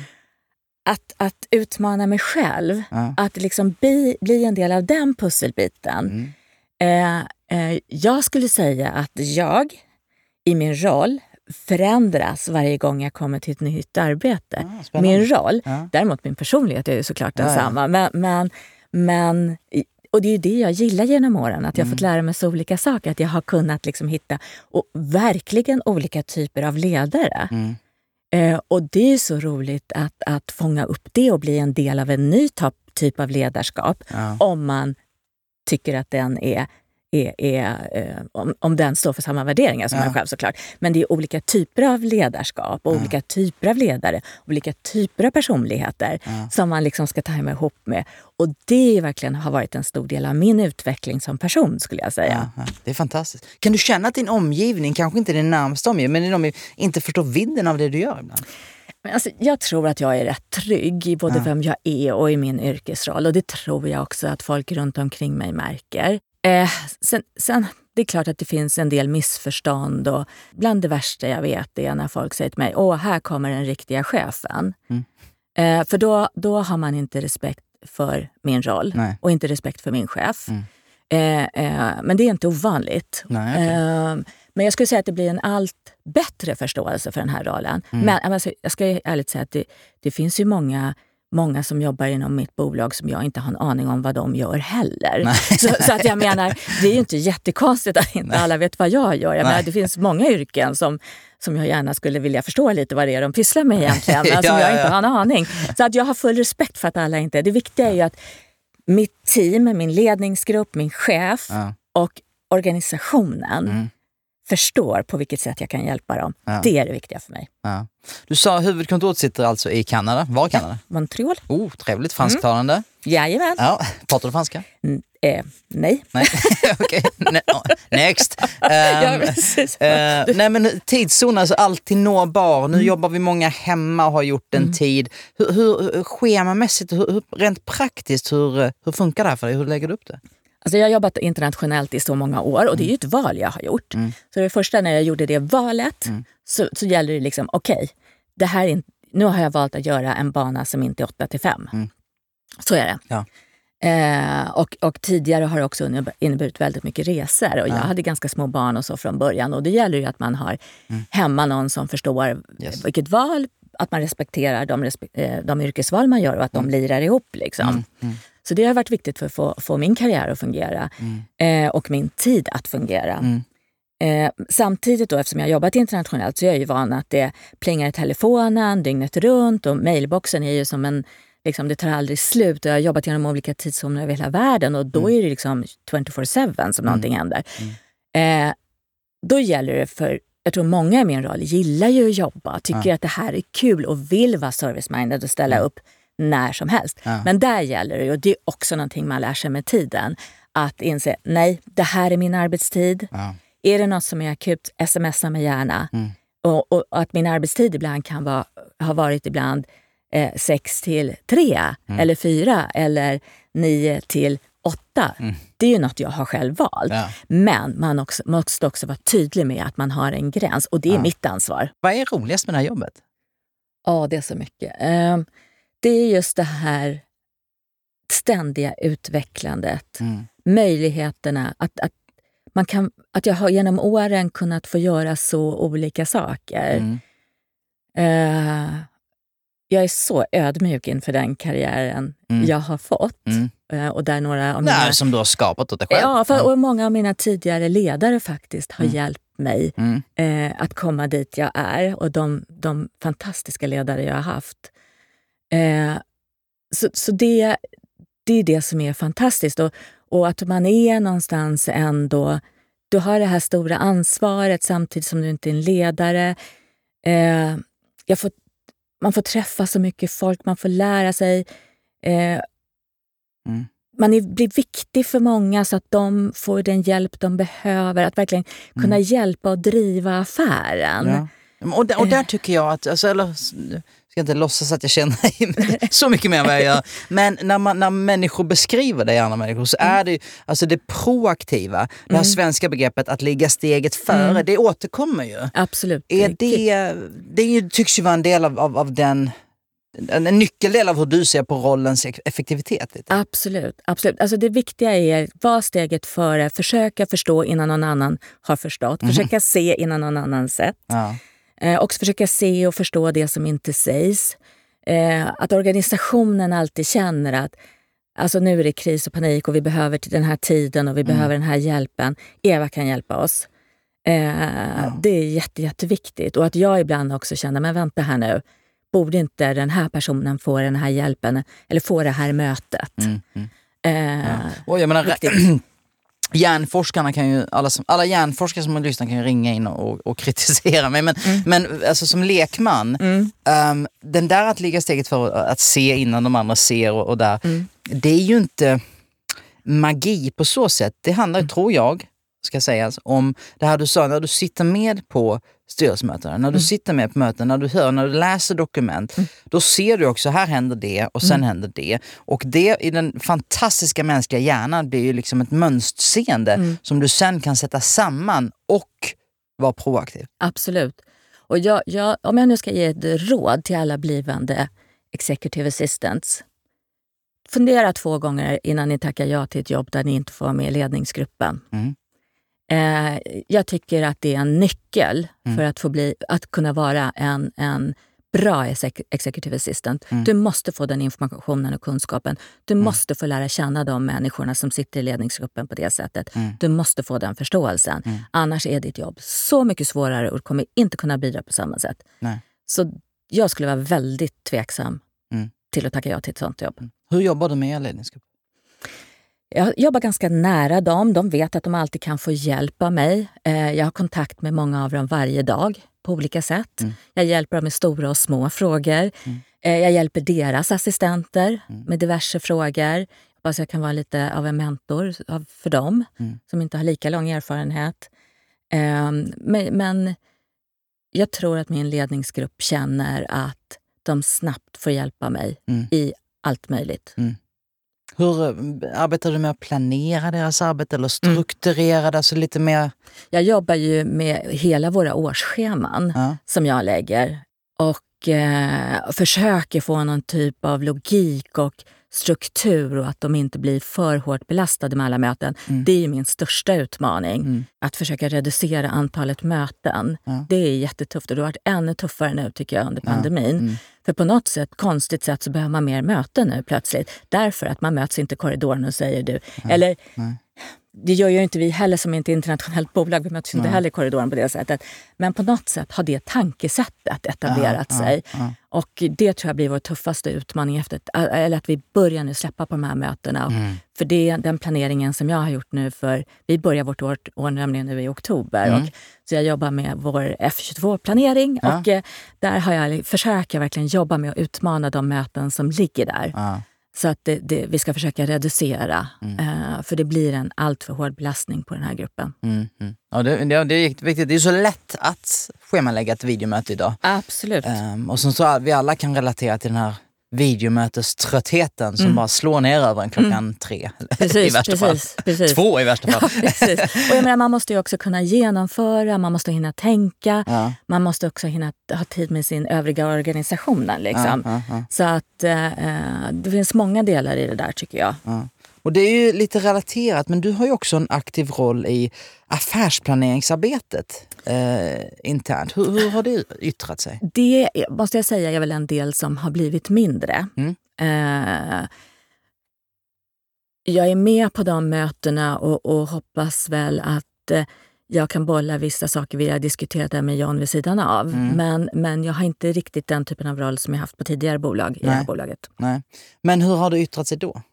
Att, att utmana mig själv. Mm. Att liksom bli, bli en del av den pusselbiten. Mm. Eh, eh, jag skulle säga att jag i min roll förändras varje gång jag kommer till ett nytt arbete. Ah, min roll, ja. Däremot min personlighet är ju såklart densamma. Ja, ja. Men, men Men, och det är ju det jag gillar genom åren, att jag mm. fått lära mig så olika saker, att jag har kunnat liksom hitta och verkligen olika typer av ledare. Mm. Eh, och det är så roligt att, att fånga upp det och bli en del av en ny typ av ledarskap ja. om man tycker att den är Är, är, eh, om, om den står för samma värderingar som ja. man själv såklart. Men det är olika typer av ledarskap och ja. olika typer av ledare, olika typer av personligheter ja. som man liksom ska ta med ihop med. Och det verkligen har varit en stor del av min utveckling som person skulle jag säga. Ja, ja. Det är fantastiskt. Kan du känna att din omgivning, kanske inte din närmaste omgivning, men din omgivning inte förstår vidden av det du gör ibland? Men alltså, jag tror att jag är rätt trygg i både ja. vem jag är och i min yrkesroll. Och det tror jag också att folk runt omkring mig märker. Eh, sen, sen, det är klart att det finns en del missförstånd och bland det värsta jag vet är när folk säger till mig, åh, här kommer den riktiga chefen. Mm. Eh, för då, då har man inte respekt för min roll Nej. och inte respekt för min chef. Mm. Eh, eh, men det är inte ovanligt. Nej, okay. eh, men jag skulle säga att det blir en allt bättre förståelse för den här rollen. Mm. Men alltså, jag ska ärligt säga att det, det finns ju många många som jobbar inom mitt bolag som jag inte har en aning om vad de gör heller. Så, så att jag menar, det är ju inte jättekonstigt att inte Nej. alla vet vad jag gör. Jag menar, det finns många yrken som, som jag gärna skulle vilja förstå lite vad det är de pysslar med egentligen, men ja, som jag ja, inte ja. har en aning. Så att jag har full respekt för att alla inte... Det viktiga är ju att mitt team, min ledningsgrupp, min chef ja. och organisationen mm. förstår på vilket sätt jag kan hjälpa dem. Ja. Det är det viktiga för mig. Ja. Du sa huvudkontoret sitter alltså i Kanada. Var i Kanada? Ja, Montreal. Oh, trevligt. Fransktalande. Mm. Jajamän. Ja. Pratar du franska? Mm, eh, nej. Nej. Okej. Okay. Next. Um, ja, precis. Uh, nej, men tidszon, alltså alltid nåbar. Nu mm. jobbar vi många hemma och har gjort en mm. tid. Hur, hur schemamässigt, hur, hur, rent praktiskt, hur, hur funkar det här för dig? Hur lägger du upp det? Alltså jag har jobbat internationellt i så många år och det är ju ett val jag har gjort. Mm. Så det första när jag gjorde det valet mm. så, så gäller det liksom, okej, okay, det här är, nu har jag valt att göra en bana som inte är åtta till fem. Mm. Så är det. Ja. Eh, och, och tidigare har det också inneburit väldigt mycket resor och ja. jag hade ganska små barn och så från början och det gäller ju att man har mm. hemma någon som förstår yes. vilket val, att man respekterar de, respe- de yrkesval man gör och att mm. de lirar ihop liksom. Mm. Mm. Så det har varit viktigt för att få, få min karriär att fungera mm. eh, och min tid att fungera. Mm. Eh, samtidigt då, eftersom jag har jobbat internationellt så är jag ju van att det plingar i telefonen dygnet runt och mailboxen är ju som en, liksom, det tar aldrig slut. Jag har jobbat genom olika tidszoner över hela världen och då mm. är det liksom tjugofyra sju som mm. någonting händer. Mm. Eh, då gäller det för, jag tror många i min roll gillar ju att jobba, tycker ja. att det här är kul och vill vara service-minded och ställa mm. upp när som helst. Ja. Men där gäller det, och det är också någonting man lär sig med tiden, att inse, nej, det här är min arbetstid. Ja. Är det något som är akut, smsa mig gärna. Mm. Och, och att min arbetstid ibland kan vara, ha varit ibland eh, sex till tre mm. eller fyra eller nio till åtta. Mm. Det är ju något jag har själv valt. Ja. Men man också, måste också vara tydlig med att man har en gräns, och det är ja. mitt ansvar. Vad är roligast med det här jobbet? Ja, det är så mycket. Eh, Det är just det här ständiga utvecklandet. Mm. Möjligheterna att, att, man kan, att jag har genom åren kunnat få göra så olika saker. Mm. Uh, jag är så ödmjuk inför den karriären mm. jag har fått. Mm. Uh, och där några av mina, Nej, som du har skapat åt dig själv. Ja, för, och många av mina tidigare ledare faktiskt har mm. hjälpt mig mm. uh, att komma dit jag är. Och de, de fantastiska ledare jag har haft. Eh, så så det, det är det som är fantastiskt. Och, och att man är någonstans ändå... Du har det här stora ansvaret samtidigt som du inte är en ledare. Eh, jag får, man får träffa så mycket folk, man får lära sig. Eh, mm. Man är, blir viktig för många så att de får den hjälp de behöver. Att verkligen kunna mm. hjälpa och driva affären. Ja. Och, där, och där tycker jag att... Alltså, eller, jag ska inte låtsas att jag känner så mycket mer än vad jag gör. Men när, man, när människor beskriver det, andra människor, så är det alltså det proaktiva, mm. det här svenska begreppet att ligga steget före, mm. det återkommer ju. Absolut. Är det, det är ju, tycks ju vara en del av, av, av den... En, en nyckeldel av hur du ser på rollens effektivitet. Lite. Absolut, absolut. Alltså det viktiga är var steget före, försöka förstå innan någon annan har förstått, mm. försöka se innan någon annan sett. Ja. Eh, också försöka se och förstå det som inte sägs. Eh, att organisationen alltid känner att alltså nu är det kris och panik och vi behöver till den här tiden och vi mm. behöver den här hjälpen. Eva kan hjälpa oss. Eh, ja. Det är jätte, jätteviktigt. Och att jag ibland också känner, men vänta här nu. Borde inte den här personen få den här hjälpen eller få det här mötet? Mm. Mm. Eh, ja. Och jag menar, hjärnforskarna kan ju, alla, som, alla hjärnforskare som har lyssnat kan ju ringa in och, och kritisera mig. Men, mm. men alltså, som lekman, mm. um, den där att ligga steget för att se innan de andra ser och, och där, mm. det är ju inte magi på så sätt. Det handlar, mm. tror jag, ska sägas, om det här du sa, när du sitter med på styrelsemöten, när du mm. sitter med på möten, när du hör, när du läser dokument, mm. då ser du också, här händer det och sen mm. händer det. Och det i den fantastiska mänskliga hjärnan blir ju liksom ett mönsterseende mm. som du sen kan sätta samman och vara proaktiv. Absolut. Och jag, jag, om jag nu ska ge ett råd till alla blivande executive assistants, fundera två gånger innan ni tackar ja till ett jobb där ni inte får vara med i ledningsgruppen. Mm. Jag tycker att det är en nyckel mm. för att få bli, att kunna vara en, en bra executive assistant. Mm. Du måste få den informationen och kunskapen. Du mm. måste få lära känna de människorna som sitter i ledningsgruppen på det sättet. Mm. Du måste få den förståelsen. Mm. Annars är ditt jobb så mycket svårare och du kommer inte kunna bidra på samma sätt. Nej. Så jag skulle vara väldigt tveksam mm. till att tacka ja till ett sånt jobb. Mm. Hur jobbar du med er ledningsgrupp? Jag jobbar ganska nära dem. De vet att de alltid kan få hjälp av mig. Jag har kontakt med många av dem varje dag på olika sätt. Mm. Jag hjälper dem med stora och små frågor. Mm. Jag hjälper deras assistenter mm. med diverse frågor. Hoppas jag kan vara lite av en mentor för dem mm. som inte har lika lång erfarenhet. Men jag tror att min ledningsgrupp känner att de snabbt får hjälpa mig mm. i allt möjligt. Mm. Hur arbetar du med att planera deras arbete eller strukturera mm. det? Alltså lite mer... Jag jobbar ju med hela våra årsscheman ja. som jag lägger och eh, försöker få någon typ av logik och struktur och att de inte blir för hårt belastade med alla möten. Mm. Det är ju min största utmaning. Mm. Att försöka reducera antalet möten. Ja. Det är jättetufft och det har varit ännu tuffare nu tycker jag under pandemin. Ja. Mm. För på något sätt, konstigt sätt så behöver man mer möten nu plötsligt. Därför att man möts inte i korridoren och säger du. Nej. Eller... Nej. Det gör ju inte vi heller som inte internationellt bolag. Vi möts inte heller i korridoren på det sättet. Men på något sätt har det tankesättet etablerat ja, sig. Ja, ja. Och det tror jag blir vår tuffaste utmaning efter. Eller att vi börjar nu släppa på de här mötena. Mm. För det är den planeringen som jag har gjort nu. För vi börjar vårt år, år nämligen nu i oktober. Mm. Och, så jag jobbar med vår F tjugotvå-planering. Ja. Och eh, där har jag, försöker jag verkligen jobba med att utmana de möten som ligger där. Ja. Så att det, det, vi ska försöka reducera. Mm. Uh, för det blir en allt för hård belastning på den här gruppen. Mm, mm. Ja, det, det, det är viktigt. Det är så lätt att schemalägga ett videomöte idag. Absolut. Um, och som så vi alla kan relatera till den här videomöteströttheten som mm. bara slår ner över en klockan mm. tre. Precis, i värsta precis, fall. Precis. Två i värsta fall. Ja, precis. Och jag menar, man måste ju också kunna genomföra, man måste hinna tänka, ja. man måste också hinna ha tid med sin övriga organisationen. Liksom. Ja, ja, ja. Så att eh, det finns många delar i det där tycker jag. Ja. Och det är ju lite relaterat, men du har ju också en aktiv roll i affärsplaneringsarbetet eh, internt. Hur, hur har det yttrat sig? Det måste jag säga är väl en del som har blivit mindre. Mm. Eh, jag är med på de mötena och, och hoppas väl att eh, jag kan bolla vissa saker vi har diskuterat där med John vid sidan av. Mm. Men, men jag har inte riktigt den typen av roll som jag haft på tidigare bolag i Nej. det här bolaget. Nej. Men hur har det yttrat sig då?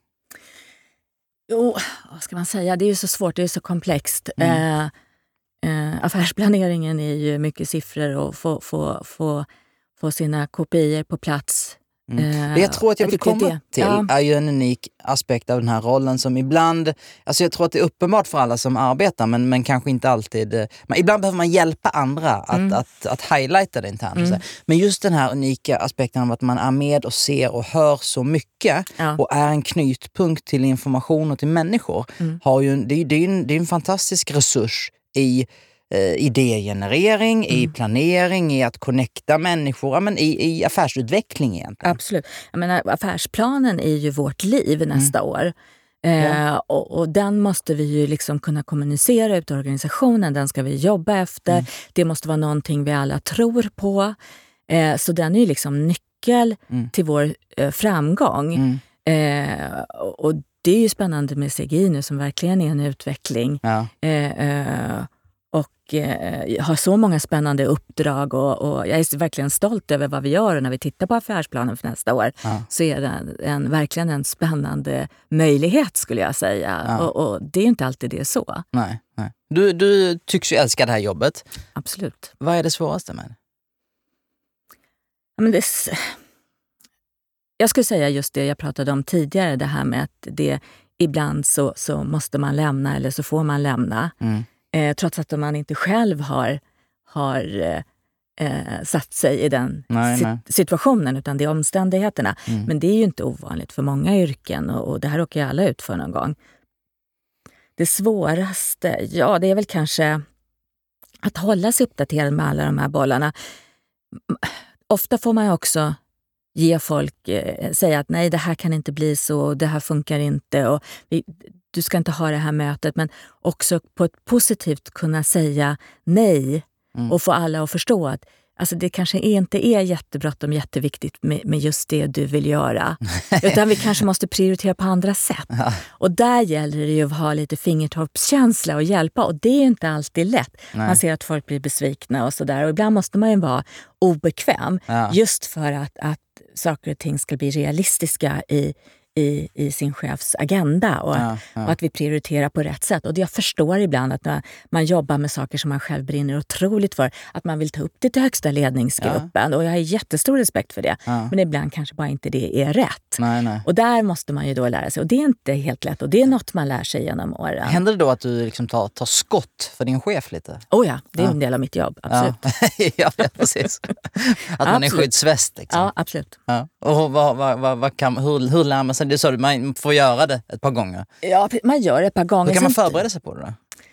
Jo, vad ska man säga? Det är ju så svårt, det är så komplext. Mm. Eh, eh, affärsplaneringen är ju mycket siffror och få, få, få, få sina kopior på plats. Mm. Eh, det jag tror att jag, jag vill komma det. till ja. är ju en unik aspekt av den här rollen som ibland, alltså jag tror att det är uppenbart för alla som arbetar men, men kanske inte alltid, men ibland behöver man hjälpa andra att, mm. att, att, att highlighta det internt. Mm. Men just den här unika aspekten av att man är med och ser och hör så mycket ja. och är en knytpunkt till information och till människor mm. har ju, det, det, är en, det är en fantastisk resurs i Uh, idégenerering, mm. i planering, i att connecta människor, ja, men i, i affärsutveckling egentligen. Absolut. Jag menar, affärsplanen är ju vårt liv nästa mm. år. Uh, ja. och, och den måste vi ju liksom kunna kommunicera ut i organisationen, den ska vi jobba efter. Mm. Det måste vara någonting vi alla tror på. Uh, så den är ju liksom nyckel mm. till vår uh, framgång. Mm. Uh, och det är ju spännande med C G I nu som verkligen är en utveckling. Ja. Uh, uh, Och eh, har så många spännande uppdrag och, och jag är verkligen stolt över vad vi gör. Och när vi tittar på affärsplanen för nästa år ja. så är det en, en, verkligen en spännande möjlighet skulle jag säga. Ja. Och, och det är inte alltid det så. Nej, nej. Du, du tycks ju älska det här jobbet. Absolut. Vad är det svåraste med det? Ja, men det jag skulle säga just det jag pratade om tidigare. Det här med att det, ibland så, så måste man lämna eller så får man lämna. Mm. Eh, trots att man inte själv har, har eh, satt sig i den nej, si- nej. situationen utan det är omständigheterna. Mm. Men det är ju inte ovanligt för många yrken och, och det här åker alla ut för någon gång. Det svåraste, ja det är väl kanske att hålla sig uppdaterad med alla de här bollarna. Ofta får man också ge folk, eh, säga att nej det här kan inte bli så, det här funkar inte och vi, du ska inte ha det här mötet, men också på ett positivt kunna säga nej mm. och få alla att förstå att alltså det kanske inte är jättebråttom, jätteviktigt med, med just det du vill göra. Utan vi kanske måste prioritera på andra sätt. Ja. Och där gäller det ju att ha lite fingertoppskänsla och hjälpa. Och det är ju inte alltid lätt. Nej. Man ser att folk blir besvikna och sådär. Och ibland måste man ju vara obekväm. Ja. Just för att, att saker och ting ska bli realistiska i I, i sin chefs agenda och, ja, ja. och att vi prioriterar på rätt sätt. Och det jag förstår ibland att man, man jobbar med saker som man själv brinner otroligt för, att man vill ta upp det till högsta ledningsgruppen. Ja. Och jag har jättestor respekt för det. Ja. Men ibland kanske bara inte det är rätt. Nej, nej. Och där måste man ju då lära sig. Och det är inte helt lätt. Och det är något man lär sig genom åren. Händer det då att du liksom tar, tar skott för din chef lite? Oh ja, det är ja. en del av mitt jobb. Absolut. Ja, ja precis. Att man är skyddsväst. Liksom. Ja, absolut. Ja. Och vad, vad, vad, vad kan, hur, hur lär man sig? Det sa du, man får göra det ett par gånger. Ja, man gör det ett par gånger. Hur kan man förbereda sig på det då?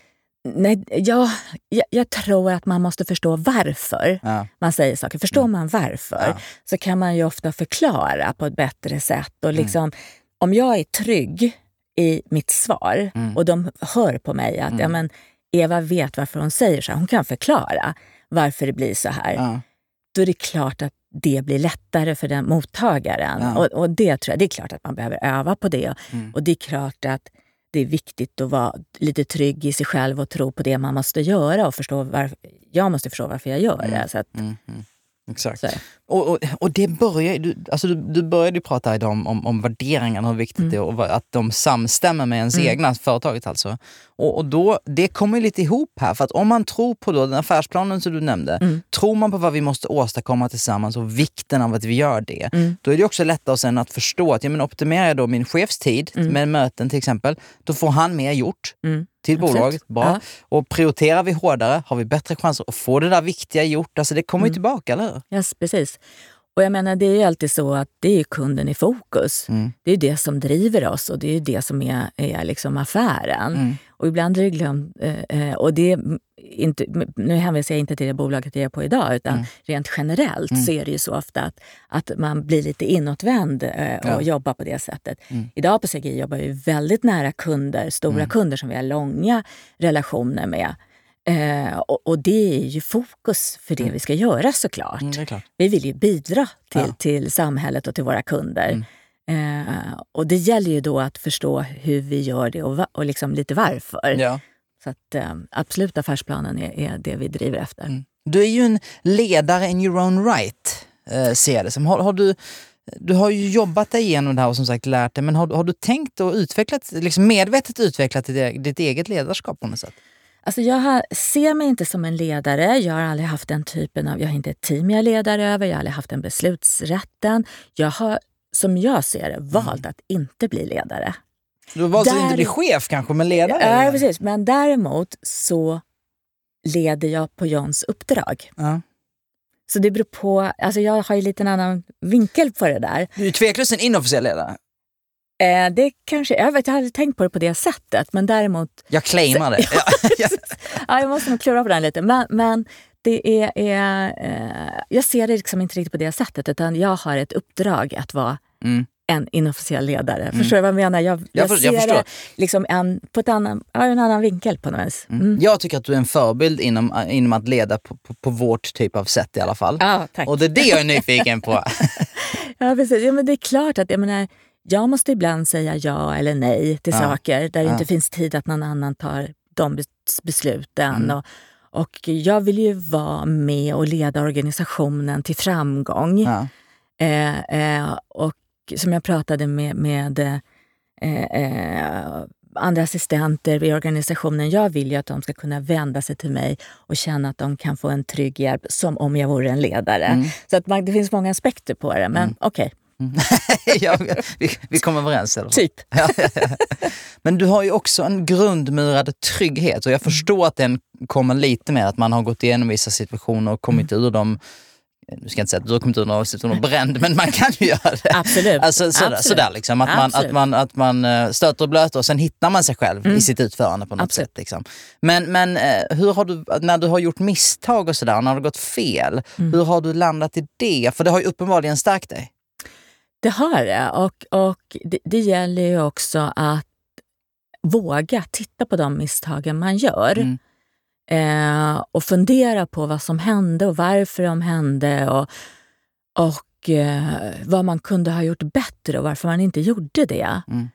Nej, ja, jag, jag tror att man måste förstå varför ja. man säger saker. Förstår mm. man varför ja. så kan man ju ofta förklara på ett bättre sätt. Och liksom, mm. om jag är trygg i mitt svar mm. och de hör på mig att mm. ja, men Eva vet varför hon säger så här. Hon kan förklara varför det blir så här. Ja. Då är det klart att det blir lättare för den mottagaren. Ja. Och, och det tror jag, det är klart att man behöver öva på det. Mm. Och det är klart att det är viktigt att vara lite trygg i sig själv och tro på det man måste göra. Och förstå varför, jag måste förstå varför jag gör det. Mm. Så att, mm. Mm. Exakt. Och, och, och det börjar du, alltså du, du började ju prata idag om, om, om värderingarna, hur viktigt mm. det är och att de samstämmer med ens mm. egna företaget alltså. Och, och då, det kommer ju lite ihop här, för att om man tror på då den affärsplanen som du nämnde, mm. tror man på vad vi måste åstadkomma tillsammans och vikten av att vi gör det, mm. då är det också lättare sen att förstå att ja, men optimerar jag då min chefstid mm. med möten till exempel, då får han mer gjort. Mm. Till bolaget, bra. Ja. Och prioriterar vi hårdare har vi bättre chanser att få det där viktiga gjort. Alltså det kommer mm. ju tillbaka, eller hur? Ja, yes, precis. Och jag menar, det är ju alltid så att det är kunden i fokus. Mm. Det är ju det som driver oss och det är ju det som är, är liksom affären. Mm. Och ibland är det glömt. Eh, och det är inte, nu hänvisar jag inte till det bolaget jag är på idag, utan mm. rent generellt mm. så är det ju så ofta att, att man blir lite inåtvänd eh, och ja. jobbar på det sättet. Mm. Idag på C G I jobbar vi väldigt nära kunder, stora mm. kunder som vi har långa relationer med. Eh, och, och det är ju fokus för det mm. vi ska göra såklart. Mm, det är klart. Vi vill ju bidra till, ja. till samhället och till våra kunder. Mm. Eh, och det gäller ju då att förstå hur vi gör det och, va- och liksom lite varför. Ja. Så att eh, absolut affärsplanen är, är det vi driver efter. Mm. Du är ju en ledare in your own right, eh, ser det som. Har, har du... Du har ju jobbat dig igenom det här och som sagt lärt dig, men har, har du tänkt och utvecklat, liksom medvetet utvecklat ditt, ditt eget ledarskap på något sätt? Alltså jag har, ser mig inte som en ledare. Jag har aldrig haft den typen av, jag har inte ett team jag leder över, jag har aldrig haft den beslutsrätten. Jag har, som jag ser det, valt mm. att inte bli ledare. Du har valt Där... att inte bli chef kanske, men ledare? Ja, precis. Men däremot så leder jag på Johns uppdrag. Ja. Så det beror på, alltså jag har ju lite en annan vinkel på det där. Du är tveklöst en inofficiell ledare. Eh, det kanske, jag vet, jag hade tänkt på det på det sättet, men däremot... Jag claimar det. Ja, ja, jag måste nog klura på den lite. Men, men det är, är eh, jag ser det liksom inte riktigt på det sättet, utan jag har ett uppdrag att vara mm. en inofficiell ledare. Mm. Förstår du vad jag menar? Jag, jag, jag, för, ser jag förstår. Det liksom en, på ett annan, en annan vinkel på något vis. Mm. Mm. Jag tycker att du är en förebild inom, inom att leda på, på, på vårt typ av sätt i alla fall. Ja, tack. Och det är det jag är nyfiken på. Ja, precis. Ja, men det är klart att jag menar, jag måste ibland säga ja eller nej till ja. saker där det ja. inte finns tid att någon annan tar de besluten. Mm. Och, och jag vill ju vara med och leda organisationen till framgång. Ja. Eh, eh, och som jag pratade med, med eh, eh, andra assistenter i organisationen, jag vill ju att de ska kunna vända sig till mig och känna att de kan få en trygg hjälp som om jag vore en ledare. Mm. Så att man, det finns många aspekter på det, men mm. okej. Okay. Mm. ja, vi, vi kommer överens. Eller? Typ. Men du har ju också en grundmurad trygghet och jag förstår mm. att den kommer lite med att man har gått igenom vissa situationer och kommit mm. ur dem. Nu ska jag inte säga att du har kommit ur några situationer bränd, men man kan ju göra det. Absolut. Alltså sådär, Absolut. sådär liksom, att man, att, man, att man stöter och blöter och sen hittar man sig själv mm. i sitt utförande på något Absolut. sätt. Liksom. Men, men hur har du, när du har gjort misstag och sådär, när det har gått fel, mm. hur har du landat i det? För det har ju uppenbarligen stärkt dig. Det har det, och, och det, det gäller ju också att våga titta på de misstagen man gör. Mm. Eh, och fundera på vad som hände och varför de hände och, och eh, vad man kunde ha gjort bättre och varför man inte gjorde det. Mm.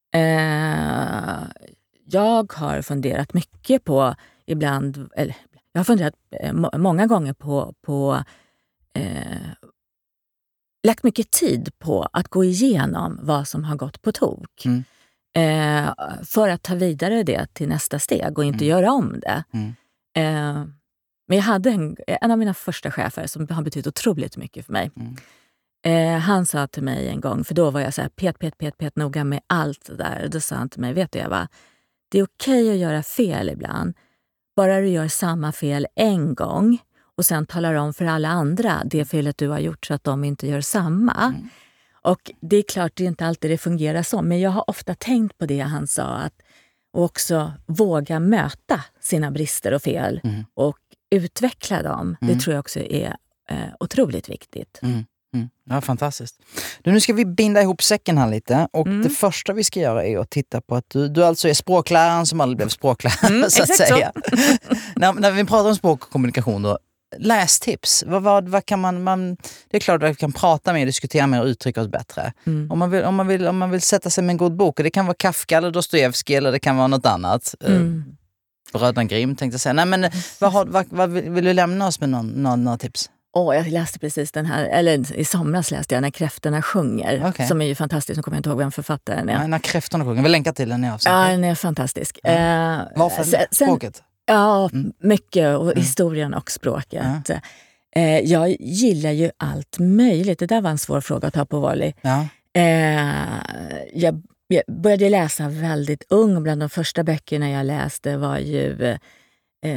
Eh, jag har funderat mycket på ibland, eller jag har funderat eh, må- många gånger på, på eh, lagt mycket tid på att gå igenom vad som har gått på tok. Mm. Eh, för att ta vidare det till nästa steg och inte Mm. göra om det. Mm. Eh, men jag hade en, en av mina första chefer som har betytt otroligt mycket för mig. Mm. Eh, han sa till mig en gång, för då var jag så här pet, pet, pet, pet noga med allt det där. Då sa han till mig, vet du Eva, det är okej att göra fel ibland. Bara du gör samma fel en gång och sen talar om för alla andra det felet du har gjort så att de inte gör samma. Mm. Och det är klart, det är inte alltid det fungerar så. Men jag har ofta tänkt på det han sa. Att, och också våga möta sina brister och fel. Mm. Och utveckla dem. Mm. Det tror jag också är eh, otroligt viktigt. Mm. Mm. Ja, fantastiskt. Du, nu ska vi binda ihop säcken här lite. Och Mm. det första vi ska göra är att titta på att du, du alltså är språkläraren som aldrig blev språklärare. Mm, så att exakt så. säga. när, när vi pratar om språk och kommunikation då. Lästips. Vad, vad, vad kan man, man, det är klart att vi kan prata mer, diskutera mer och uttrycka oss bättre. Mm. Om, man vill, om, man vill, om man vill sätta sig med en god bok, och det kan vara Kafka eller Dostojevskij eller det kan vara något annat. Mm. Bröderna Grimm tänkte jag säga. Nej, men vad, har, vad, vad vill, vill du lämna oss med någon, någon, några tips? Åh, jag läste precis den här, eller i somras läste jag När kräftorna sjunger. Okej. Som är ju fantastisk, nu kommer jag inte ihåg vem författaren är. Ja, när kräftorna sjunger. Vi länkar till den i Ja, avsnittet. den är fantastisk. Ja. Eh, Varför sen- sen- språket? Ja, Mm. mycket. Och Mm. historien och språket. Eh, jag gillar ju allt möjligt. Det där var en svår fråga att ta på volley. Ja. Eh, jag, jag började läsa väldigt ung. Bland de första böckerna jag läste var ju eh,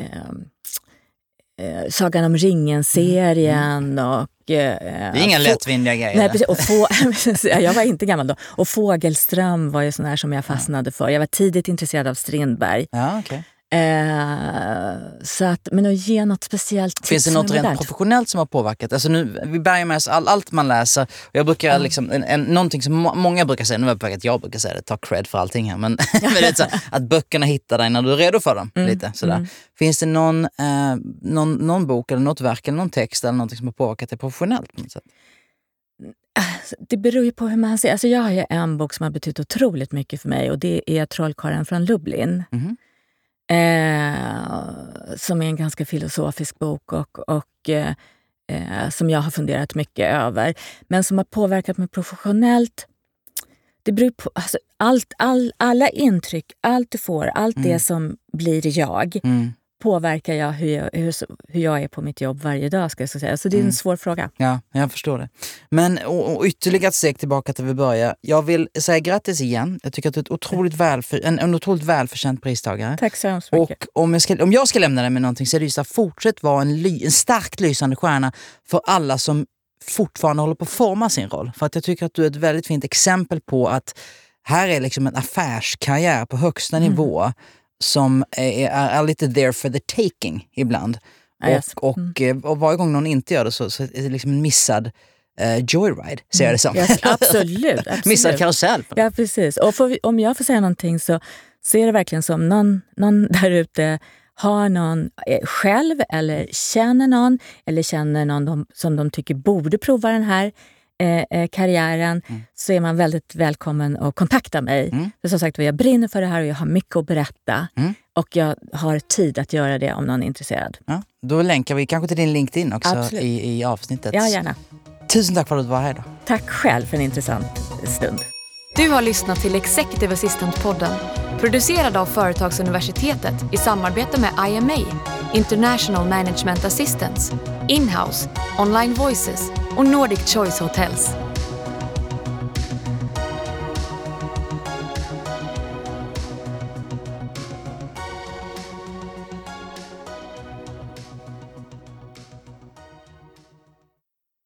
eh, Sagan om ringen-serien. Och, eh, Det är inga få- lättvindiga grejer. Nej, precis. Och få, ja, jag var inte gammal då. Och Fågelström var ju sån här som jag fastnade för. Jag var tidigt intresserad av Strindberg. Ja, okay. Eh, så att, men att ge något speciellt tips. Finns det som något är rent modernt. professionellt som har påverkat? Alltså nu, vi börjar med all, allt man läser. Och jag brukar Mm. liksom, en, en, någonting som må, många brukar säga, nu är jag på väg att jag brukar säga det, ta cred för allting här. Men, men det är så, att böckerna hittar dig när du är redo för dem. Mm, Lite, sådär. mm. Finns det någon, eh, någon, någon bok eller något verk eller någon text eller någonting som har påverkat dig professionellt på något sätt? Alltså, det beror ju på hur man ser. Alltså, jag har ju en bok som har betytt otroligt mycket för mig och det är Trollkarlen från Lublin. Mhm. Eh, som är en ganska filosofisk bok och, och eh, eh, som jag har funderat mycket över. Men som har påverkat mig professionellt. Det beror på, alltså, allt, all, alla intryck, allt du får, allt Mm. det som blir jag, Mm. påverkar jag hur, jag hur, hur jag är på mitt jobb varje dag, ska jag så säga. Så det är en Mm. svår fråga. Ja, jag förstår det. Men och, och ytterligare ett steg tillbaka till vi börjar. Jag vill säga grattis igen. Jag tycker att du är ett otroligt välför, en, en otroligt välförtjänt pristagare. Tack så hemskt mycket. Och om jag, ska, om jag ska lämna dig med någonting så är det just att fortsätt vara en, ly, en starkt lysande stjärna för alla som fortfarande håller på att forma sin roll. För att jag tycker att du är ett väldigt fint exempel på att här är liksom en affärskarriär på högsta Mm. nivå som är, är, är lite there for the taking ibland. Ja, yes. Och, och, eh, och varje gång någon inte gör det så, så är det liksom en missad eh, joyride, ser jag det som. Yes, absolut, absolut. Missad karusell. Ja, precis. Och får vi, om jag får säga någonting så, så är det verkligen som någon, någon där ute har någon eh, själv eller känner någon eller känner någon de, som de tycker borde prova den här eh, eh, karriären, Mm. så är man väldigt välkommen att kontakta mig. Mm. För som sagt, jag brinner för det här och jag har mycket att berätta. Mm. Och jag har tid att göra det om någon är intresserad. Ja, då länkar vi kanske till din LinkedIn också Absolut. i, i avsnittet. Ja, gärna. Tusen tack för att du var här idag. Tack själv för en intressant stund. Du har lyssnat till Executive Assistant-podden, producerad av Företagsuniversitetet i samarbete med I M A, International Management Assistance, Inhouse, Online Voices och Nordic Choice Hotels.